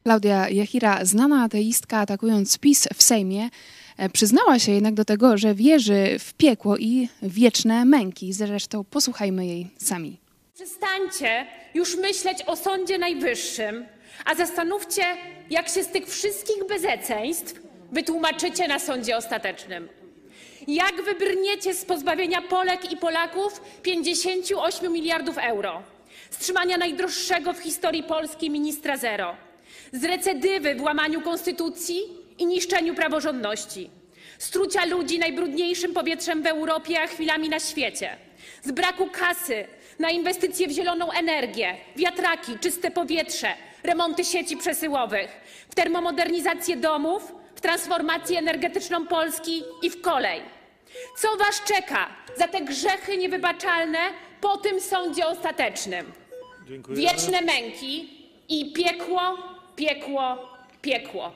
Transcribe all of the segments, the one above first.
Klaudia Jachira, znana ateistka, atakując PiS w Sejmie, przyznała się jednak do tego, że wierzy w piekło i wieczne męki. Zresztą posłuchajmy jej sami. Przestańcie już myśleć o Sądzie Najwyższym, a zastanówcie, jak się z tych wszystkich bezeceństw wytłumaczycie na sądzie ostatecznym. Jak wybrniecie z pozbawienia Polek i Polaków 58 miliardów euro, wstrzymania najdroższego w historii Polski ministra zero, z recydywy w łamaniu konstytucji i niszczeniu praworządności, strucia ludzi najbrudniejszym powietrzem w Europie, a chwilami na świecie, z braku kasy na inwestycje w zieloną energię, wiatraki, czyste powietrze, remonty sieci przesyłowych, w termomodernizację domów, w transformację energetyczną Polski i w kolej. Co was czeka za te grzechy niewybaczalne po tym sądzie ostatecznym? Dziękuję. Wieczne męki i piekło, piekło, piekło.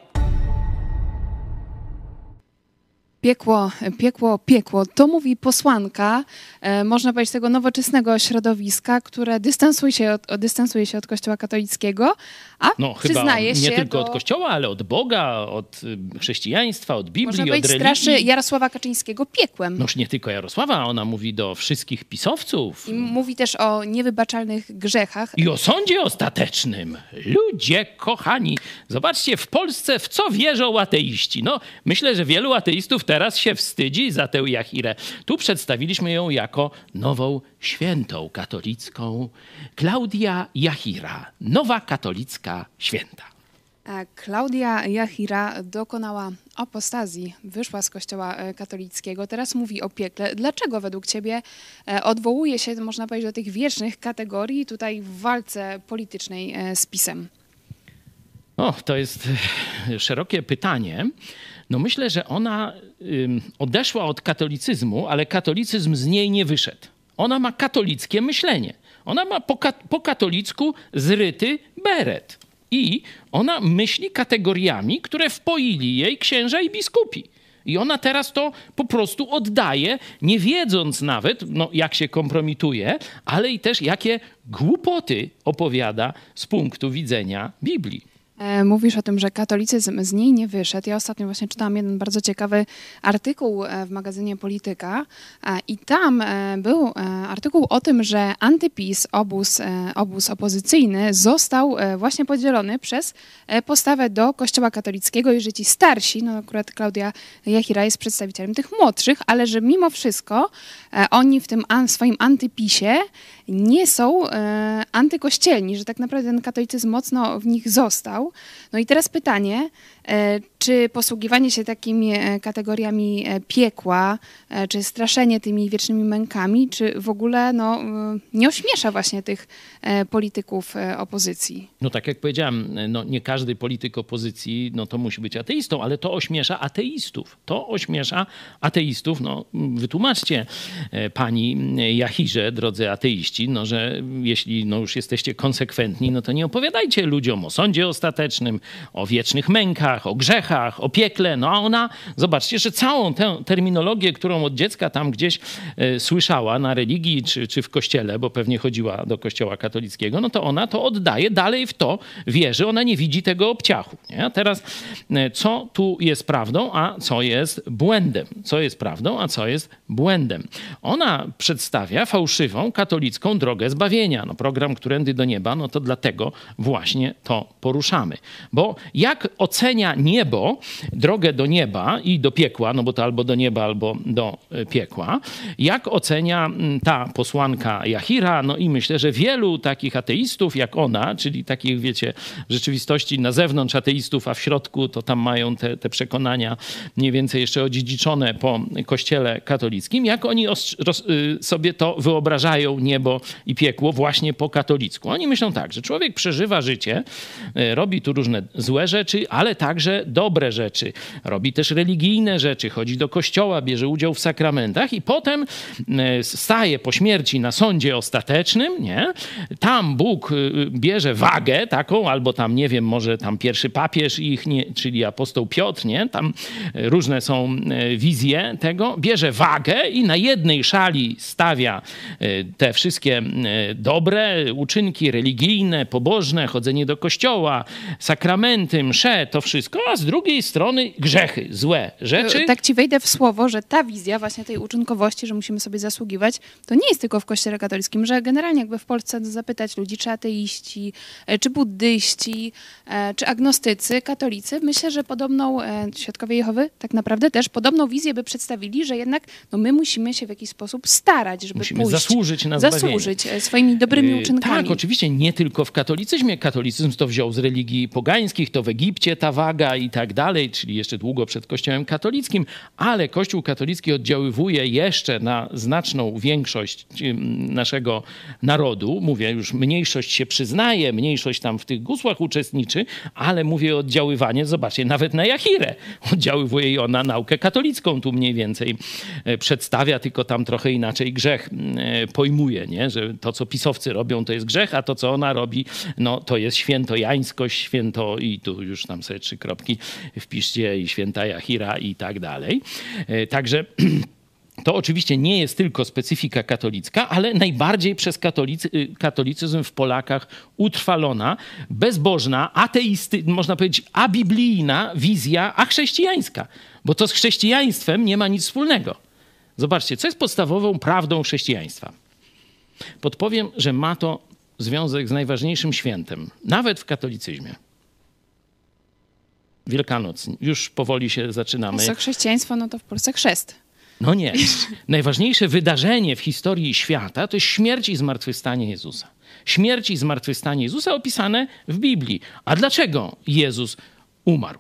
Piekło, piekło, piekło. To mówi posłanka, można powiedzieć, tego nowoczesnego środowiska, które dystansuje się od Kościoła katolickiego, a przyznaje się nie tylko od Kościoła, ale od Boga, od chrześcijaństwa, od Biblii, można od powiedzieć, religii. straszy Jarosława Kaczyńskiego piekłem. Noż nie tylko Jarosława, ona mówi do wszystkich pisowców. I mówi też o niewybaczalnych grzechach. I o sądzie ostatecznym. Ludzie kochani, zobaczcie w Polsce w co wierzą ateiści. No, myślę, że wielu ateistów teraz się wstydzi za tę Jachirę. Tu przedstawiliśmy ją jako nową świętą katolicką. Klaudia Jachira, nowa katolicka święta. Klaudia Jachira dokonała apostazji, wyszła z Kościoła katolickiego, teraz mówi o piekle. Dlaczego według ciebie odwołuje się, można powiedzieć, do tych wiecznych kategorii tutaj w walce politycznej z PiS-em? O, to jest szerokie pytanie. No myślę, że ona odeszła od katolicyzmu, ale katolicyzm z niej nie wyszedł. Ona ma katolickie myślenie. Ona ma po katolicku zryty beret. I ona myśli kategoriami, które wpoili jej księża i biskupi. I ona teraz to po prostu oddaje, nie wiedząc nawet, no, jak się kompromituje, ale i też jakie głupoty opowiada z punktu widzenia Biblii. Mówisz o tym, że katolicyzm z niej nie wyszedł. Ja ostatnio właśnie czytałam jeden bardzo ciekawy artykuł w magazynie Polityka i tam był artykuł o tym, że antyPiS, obóz opozycyjny został właśnie podzielony przez postawę do Kościoła katolickiego i że ci starsi, no akurat Klaudia Jachira jest przedstawicielem tych młodszych, ale że mimo wszystko oni w tym swoim antyPisie nie są antykościelni, że tak naprawdę ten katolicyzm mocno w nich został. No i teraz pytanie, czy posługiwanie się takimi kategoriami piekła, czy straszenie tymi wiecznymi mękami, czy w ogóle nie ośmiesza właśnie tych polityków opozycji? No tak jak powiedziałem, no nie każdy polityk opozycji to musi być ateistą, ale to ośmiesza ateistów. To ośmiesza ateistów. No wytłumaczcie pani Jachirze, drodzy ateiści, że jeśli już jesteście konsekwentni, no to nie opowiadajcie ludziom o sądzie ostatecznym, o wiecznych mękach, o grzechach, o piekle. No a ona, zobaczcie, że całą tę terminologię, którą od dziecka tam gdzieś słyszała na religii czy w kościele, bo pewnie chodziła do kościoła katolickiego, no to ona to oddaje, dalej w to wierzy. Ona nie widzi tego obciachu. Nie? A teraz co tu jest prawdą, a co jest błędem? Co jest prawdą, a co jest błędem? Ona przedstawia fałszywą katolicką drogę zbawienia. No program Którędy do nieba, no to dlatego właśnie to poruszamy. Bo jak ocenia niebo, drogę do nieba i do piekła, no bo to albo do nieba, albo do piekła, jak ocenia ta posłanka Jachira, no i myślę, że wielu takich ateistów jak ona, czyli takich, wiecie, w rzeczywistości na zewnątrz ateistów, a w środku to tam mają te przekonania mniej więcej jeszcze odziedziczone po kościele katolickim, jak oni sobie to wyobrażają, niebo i piekło właśnie po katolicku. Oni myślą tak, że człowiek przeżywa życie, robi tu różne złe rzeczy, ale także dobre rzeczy. Robi też religijne rzeczy, chodzi do kościoła, bierze udział w sakramentach i potem staje po śmierci na sądzie ostatecznym, nie? Tam Bóg bierze wagę taką, albo tam, nie wiem, może tam pierwszy papież ich, czyli apostoł Piotr, nie? Tam różne są wizje tego. Bierze wagę i na jednej szali stawia te wszystkie dobre uczynki religijne, pobożne, chodzenie do kościoła, sakramenty, msze, to wszystko, a z drugiej strony grzechy, złe rzeczy. Tak ci wejdę w słowo, że ta wizja właśnie tej uczynkowości, że musimy sobie zasługiwać, to nie jest tylko w Kościele katolickim, że generalnie jakby w Polsce zapytać ludzi, czy ateiści, czy buddyści, czy agnostycy, katolicy, myślę, że podobną, Świadkowie Jehowy tak naprawdę też podobną wizję by przedstawili, że jednak no, my musimy się w jakiś sposób starać, żeby musimy zasłużyć na zasłużyć swoimi dobrymi uczynkami. Tak, oczywiście nie tylko w katolicyzmie. Katolicyzm to wziął z religii pogańskich, to w Egipcie ta waga i tak dalej, czyli jeszcze długo przed Kościołem katolickim, ale Kościół katolicki oddziaływuje jeszcze na znaczną większość naszego narodu. Mówię, już mniejszość się przyznaje, mniejszość tam w tych gusłach uczestniczy, ale mówię o oddziaływaniu, zobaczcie, nawet na Jahirę oddziaływuje i ona naukę katolicką tu mniej więcej przedstawia, tylko tam trochę inaczej grzech pojmuje, nie? Że to, co pisowcy robią, to jest grzech, a to, co ona robi, no to jest świętojańskość, święto i tu już tam sobie 3 kropki wpiszcie i święta Jahira i tak dalej. Także to oczywiście nie jest tylko specyfika katolicka, ale najbardziej przez katolicyzm w Polakach utrwalona, bezbożna, można powiedzieć abiblijna wizja achrześcijańska, bo to z chrześcijaństwem nie ma nic wspólnego. Zobaczcie, co jest podstawową prawdą chrześcijaństwa. Podpowiem, że ma to związek z najważniejszym świętem, nawet w katolicyzmie. Wielkanoc. Już powoli się zaczynamy. Co chrześcijaństwo, no to w Polsce chrzest. No nie. Najważniejsze wydarzenie w historii świata to jest śmierć i zmartwychwstanie Jezusa. Śmierć i zmartwychwstanie Jezusa opisane w Biblii. A dlaczego Jezus umarł?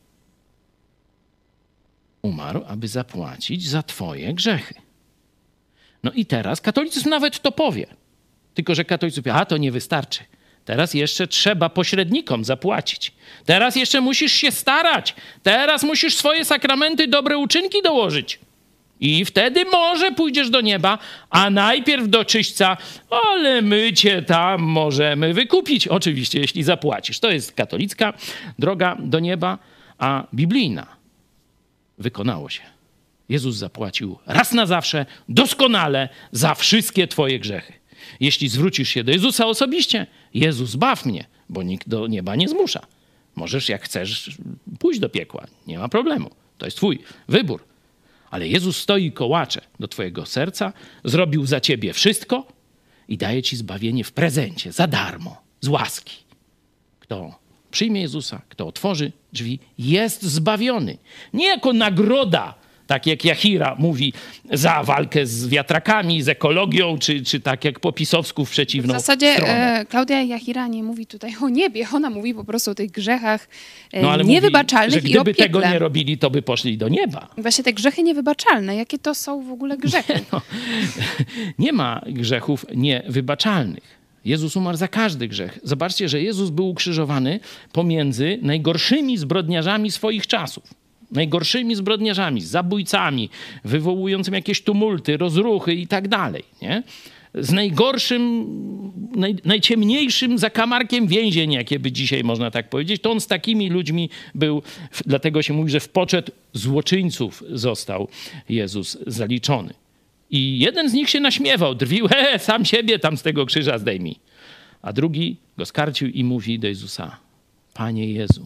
Umarł, aby zapłacić za twoje grzechy. No i teraz katolicyzm nawet to powie. Tylko że katolicyzm powie, a to nie wystarczy. Teraz jeszcze trzeba pośrednikom zapłacić. Teraz jeszcze musisz się starać. Teraz musisz swoje sakramenty, dobre uczynki dołożyć. I wtedy może pójdziesz do nieba, a najpierw do czyśćca, ale my cię tam możemy wykupić. Oczywiście, jeśli zapłacisz. To jest katolicka droga do nieba, a biblijna. Wykonało się. Jezus zapłacił raz na zawsze, doskonale za wszystkie twoje grzechy. Jeśli zwrócisz się do Jezusa osobiście, Jezus, zbaw mnie, bo nikt do nieba nie zmusza. Możesz, jak chcesz, pójść do piekła. Nie ma problemu. To jest twój wybór. Ale Jezus stoi i kołacze do twojego serca, zrobił za ciebie wszystko i daje ci zbawienie w prezencie, za darmo, z łaski. Kto przyjmie Jezusa, kto otworzy drzwi, jest zbawiony. Nie jako nagroda, tak jak Jahira mówi, za walkę z wiatrakami, z ekologią, czy tak jak po pisowsku w przeciwną W zasadzie stronę. Klaudia Jahira nie mówi tutaj o niebie, ona mówi po prostu o tych grzechach Ale niewybaczalnych mówi, i o że gdyby piekle. tego nie robili, to by poszli do nieba. Właśnie te grzechy niewybaczalne, jakie to są w ogóle grzechy? No, nie ma grzechów niewybaczalnych. Jezus umarł za każdy grzech. Zobaczcie, że Jezus był ukrzyżowany pomiędzy najgorszymi zbrodniarzami swoich czasów. Najgorszymi zbrodniarzami, zabójcami, wywołującymi jakieś tumulty, rozruchy i tak dalej. Nie? Z najgorszym, najciemniejszym zakamarkiem więzień, jakie by dzisiaj można tak powiedzieć, to on z takimi ludźmi był, dlatego się mówi, że w poczet złoczyńców został Jezus zaliczony. I jeden z nich się naśmiewał, drwił, sam siebie tam z tego krzyża zdejmij. A drugi go skarcił i mówi do Jezusa, Panie Jezu,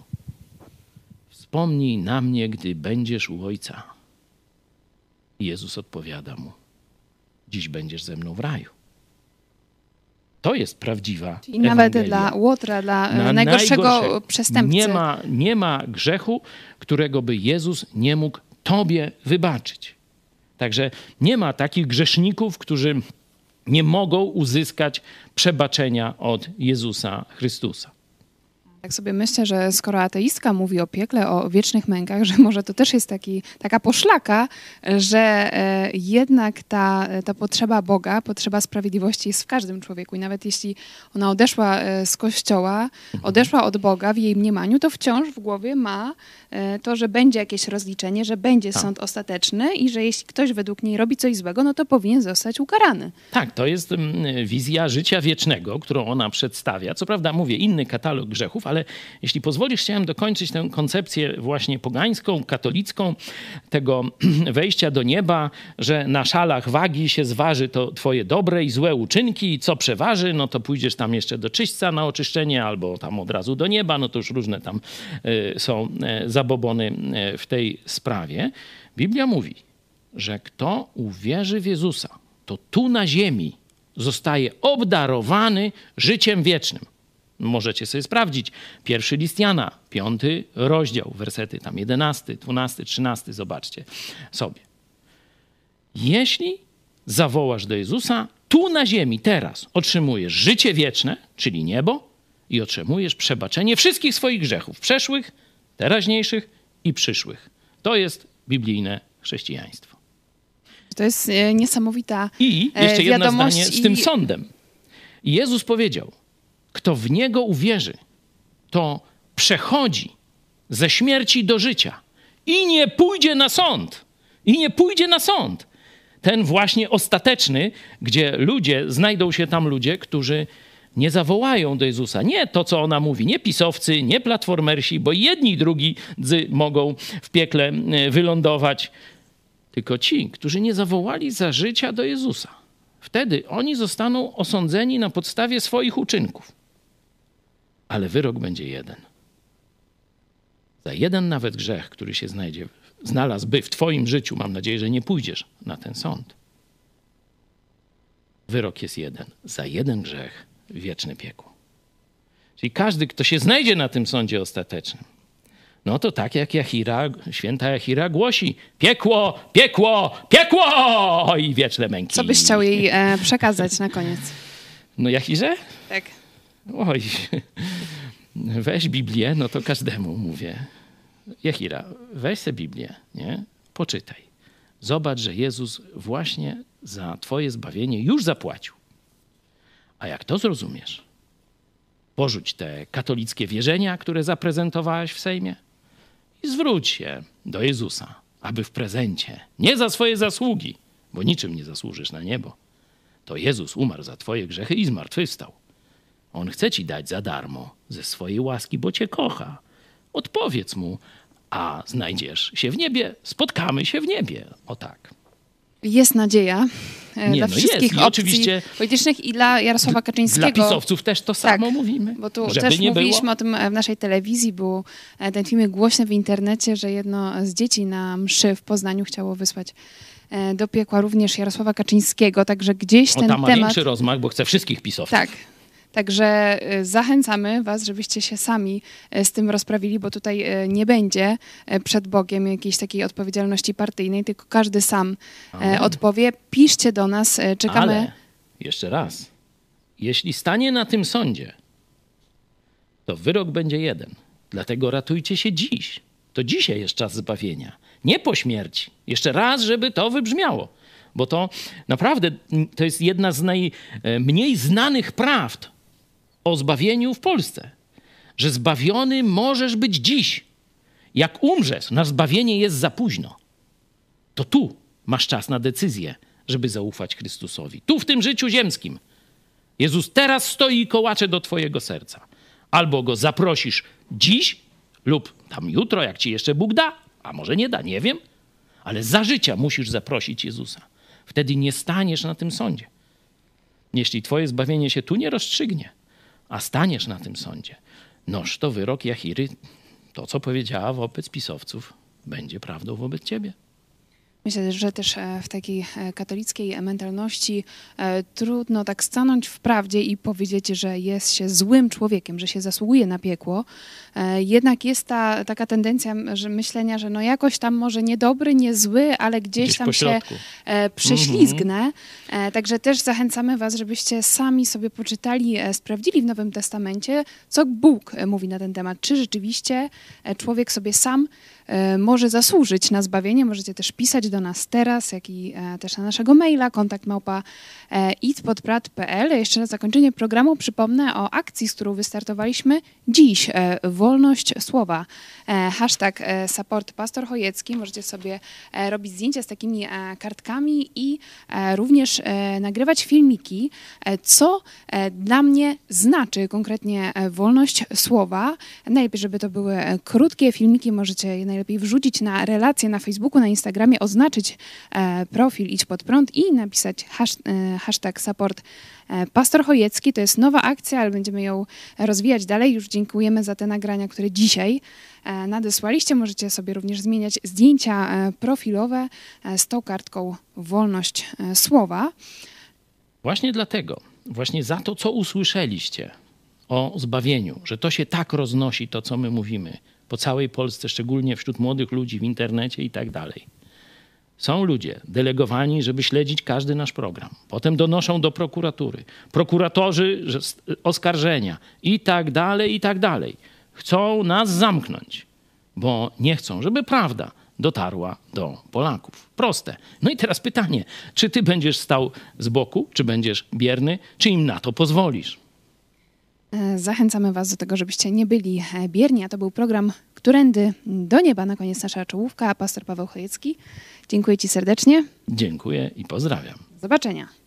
wspomnij na mnie, gdy będziesz u Ojca. I Jezus odpowiada mu, dziś będziesz ze mną w raju. To jest prawdziwa I nawet Ewangelia. dla łotra, dla najgorszego przestępcy. Nie ma grzechu, którego by Jezus nie mógł tobie wybaczyć. Także nie ma takich grzeszników, którzy nie mogą uzyskać przebaczenia od Jezusa Chrystusa. Tak sobie myślę, że skoro ateistka mówi o piekle, o wiecznych mękach, że może to też jest taka poszlaka, że jednak ta potrzeba Boga, potrzeba sprawiedliwości jest w każdym człowieku. I nawet jeśli ona odeszła z Kościoła, odeszła od Boga w jej mniemaniu, to wciąż w głowie ma to, że będzie jakieś rozliczenie, że będzie sąd ostateczny i że jeśli ktoś według niej robi coś złego, no to powinien zostać ukarany. Tak, to jest wizja życia wiecznego, którą ona przedstawia. Co prawda, mówię, inny katalog grzechów, ale jeśli pozwolisz, chciałem dokończyć tę koncepcję właśnie pogańską, katolicką, tego wejścia do nieba, że na szalach wagi się zważy to twoje dobre i złe uczynki i co przeważy, no to pójdziesz tam jeszcze do czyśćca na oczyszczenie albo tam od razu do nieba, no to już różne tam są zabobony w tej sprawie. Biblia mówi, że kto uwierzy w Jezusa, to tu na ziemi zostaje obdarowany życiem wiecznym. Możecie sobie sprawdzić. 1 list Jana, 5 rozdział, wersety tam 11, 12, 13, zobaczcie sobie. Jeśli zawołasz do Jezusa, tu na ziemi teraz otrzymujesz życie wieczne, czyli niebo i otrzymujesz przebaczenie wszystkich swoich grzechów, przeszłych, teraźniejszych i przyszłych. To jest biblijne chrześcijaństwo. To jest niesamowita I jeszcze jedno wiadomość zdanie z tym sądem. I Jezus powiedział, kto w Niego uwierzy, to przechodzi ze śmierci do życia i nie pójdzie na sąd. I nie pójdzie na sąd. Ten właśnie ostateczny, gdzie znajdą się tam ludzie, którzy nie zawołają do Jezusa. Nie to, co ona mówi, nie pisowcy, nie platformersi, bo jedni i drudzy mogą w piekle wylądować, tylko ci, którzy nie zawołali za życia do Jezusa. Wtedy oni zostaną osądzeni na podstawie swoich uczynków. Ale wyrok będzie jeden. Za jeden nawet grzech, który się znalazłby w twoim życiu, mam nadzieję, że nie pójdziesz na ten sąd. Wyrok jest jeden. Za jeden grzech wieczne piekło. Czyli każdy, kto się znajdzie na tym sądzie ostatecznym, no to tak jak święta Jachira głosi: piekło, piekło, piekło i wieczne męki. Co byś chciał jej przekazać na koniec? No Jachirze? Tak. Oj, weź Biblię, no to każdemu mówię. Jachira, weź sobie Biblię, nie? Poczytaj. Zobacz, że Jezus właśnie za twoje zbawienie już zapłacił. A jak to zrozumiesz, porzuć te katolickie wierzenia, które zaprezentowałaś w Sejmie i zwróć się do Jezusa, aby w prezencie, nie za swoje zasługi, bo niczym nie zasłużysz na niebo, to Jezus umarł za twoje grzechy i zmartwychwstał. On chce ci dać za darmo ze swojej łaski, bo cię kocha. Odpowiedz mu, a znajdziesz się w niebie, spotkamy się w niebie. O tak. Jest nadzieja dla wszystkich jest. I opcji oczywiście politycznych i dla Jarosława Kaczyńskiego. Dla pisowców też to samo mówimy. Bo tu żeby też nie mówiliśmy było. o tym w naszej telewizji, był ten film głośny w internecie, że jedno z dzieci na mszy w Poznaniu chciało wysłać do piekła również Jarosława Kaczyńskiego, także gdzieś ten tam ma temat... większy rozmach, bo chce wszystkich pisowców. Tak. Także zachęcamy was, żebyście się sami z tym rozprawili, bo tutaj nie będzie przed Bogiem jakiejś takiej odpowiedzialności partyjnej, tylko każdy sam odpowie. Piszcie do nas, czekamy. Ale jeszcze raz, jeśli stanie na tym sądzie, to wyrok będzie jeden. Dlatego ratujcie się dziś. To dzisiaj jest czas zbawienia, nie po śmierci. Jeszcze raz, żeby to wybrzmiało. Bo to naprawdę to jest jedna z najmniej znanych prawd o zbawieniu w Polsce. Że zbawiony możesz być dziś. Jak umrzesz, na zbawienie jest za późno. To tu masz czas na decyzję, żeby zaufać Chrystusowi. Tu w tym życiu ziemskim. Jezus teraz stoi i kołacze do twojego serca. Albo go zaprosisz dziś lub tam jutro, jak ci jeszcze Bóg da, a może nie da, nie wiem. Ale za życia musisz zaprosić Jezusa. Wtedy nie staniesz na tym sądzie. Jeśli twoje zbawienie się tu nie rozstrzygnie, a staniesz na tym sądzie, noż to wyrok Jachiry, to co powiedziała wobec pisowców, będzie prawdą wobec ciebie. Myślę, że też w takiej katolickiej mentalności trudno tak stanąć w prawdzie i powiedzieć, że jest się złym człowiekiem, że się zasługuje na piekło. Jednak jest taka tendencja że myślenia, że no jakoś tam może nie dobry, nie zły, ale gdzieś tam się prześlizgnę. Także też zachęcamy was, żebyście sami sobie poczytali, sprawdzili w Nowym Testamencie, co Bóg mówi na ten temat. Czy rzeczywiście człowiek sobie sam może zasłużyć na zbawienie. Możecie też pisać do nas teraz, jak i też na naszego maila kontakt@itpodprat.pl. Jeszcze na zakończenie programu przypomnę o akcji, z którą wystartowaliśmy dziś. Wolność słowa. Hashtag support Pastor Chojecki. Możecie sobie robić zdjęcia z takimi kartkami i również nagrywać filmiki, co dla mnie znaczy konkretnie wolność słowa. Najlepiej, żeby to były krótkie filmiki. Możecie je najlepiej wrzucić na relacje na Facebooku, na Instagramie, oznaczyć profil Idź Pod Prąd i napisać hashtag support Pastor Chojecki. To jest nowa akcja, ale będziemy ją rozwijać dalej. Już dziękujemy za te nagrania, które dzisiaj nadesłaliście. Możecie sobie również zmieniać zdjęcia profilowe z tą kartką Wolność Słowa. Właśnie dlatego, właśnie za to, co usłyszeliście o zbawieniu, że to się tak roznosi, to co my mówimy, po całej Polsce, szczególnie wśród młodych ludzi w internecie i tak dalej. Są ludzie delegowani, żeby śledzić każdy nasz program. Potem donoszą do prokuratury. Prokuratorzy oskarżenia i tak dalej, i tak dalej. Chcą nas zamknąć, bo nie chcą, żeby prawda dotarła do Polaków. Proste. No i teraz pytanie, czy ty będziesz stał z boku, czy będziesz bierny, czy im na to pozwolisz? Zachęcamy was do tego, żebyście nie byli bierni, a to był program Którędy do nieba. Na koniec nasza czołówka, pastor Paweł Chojecki. Dziękuję ci serdecznie. Dziękuję i pozdrawiam. Do zobaczenia.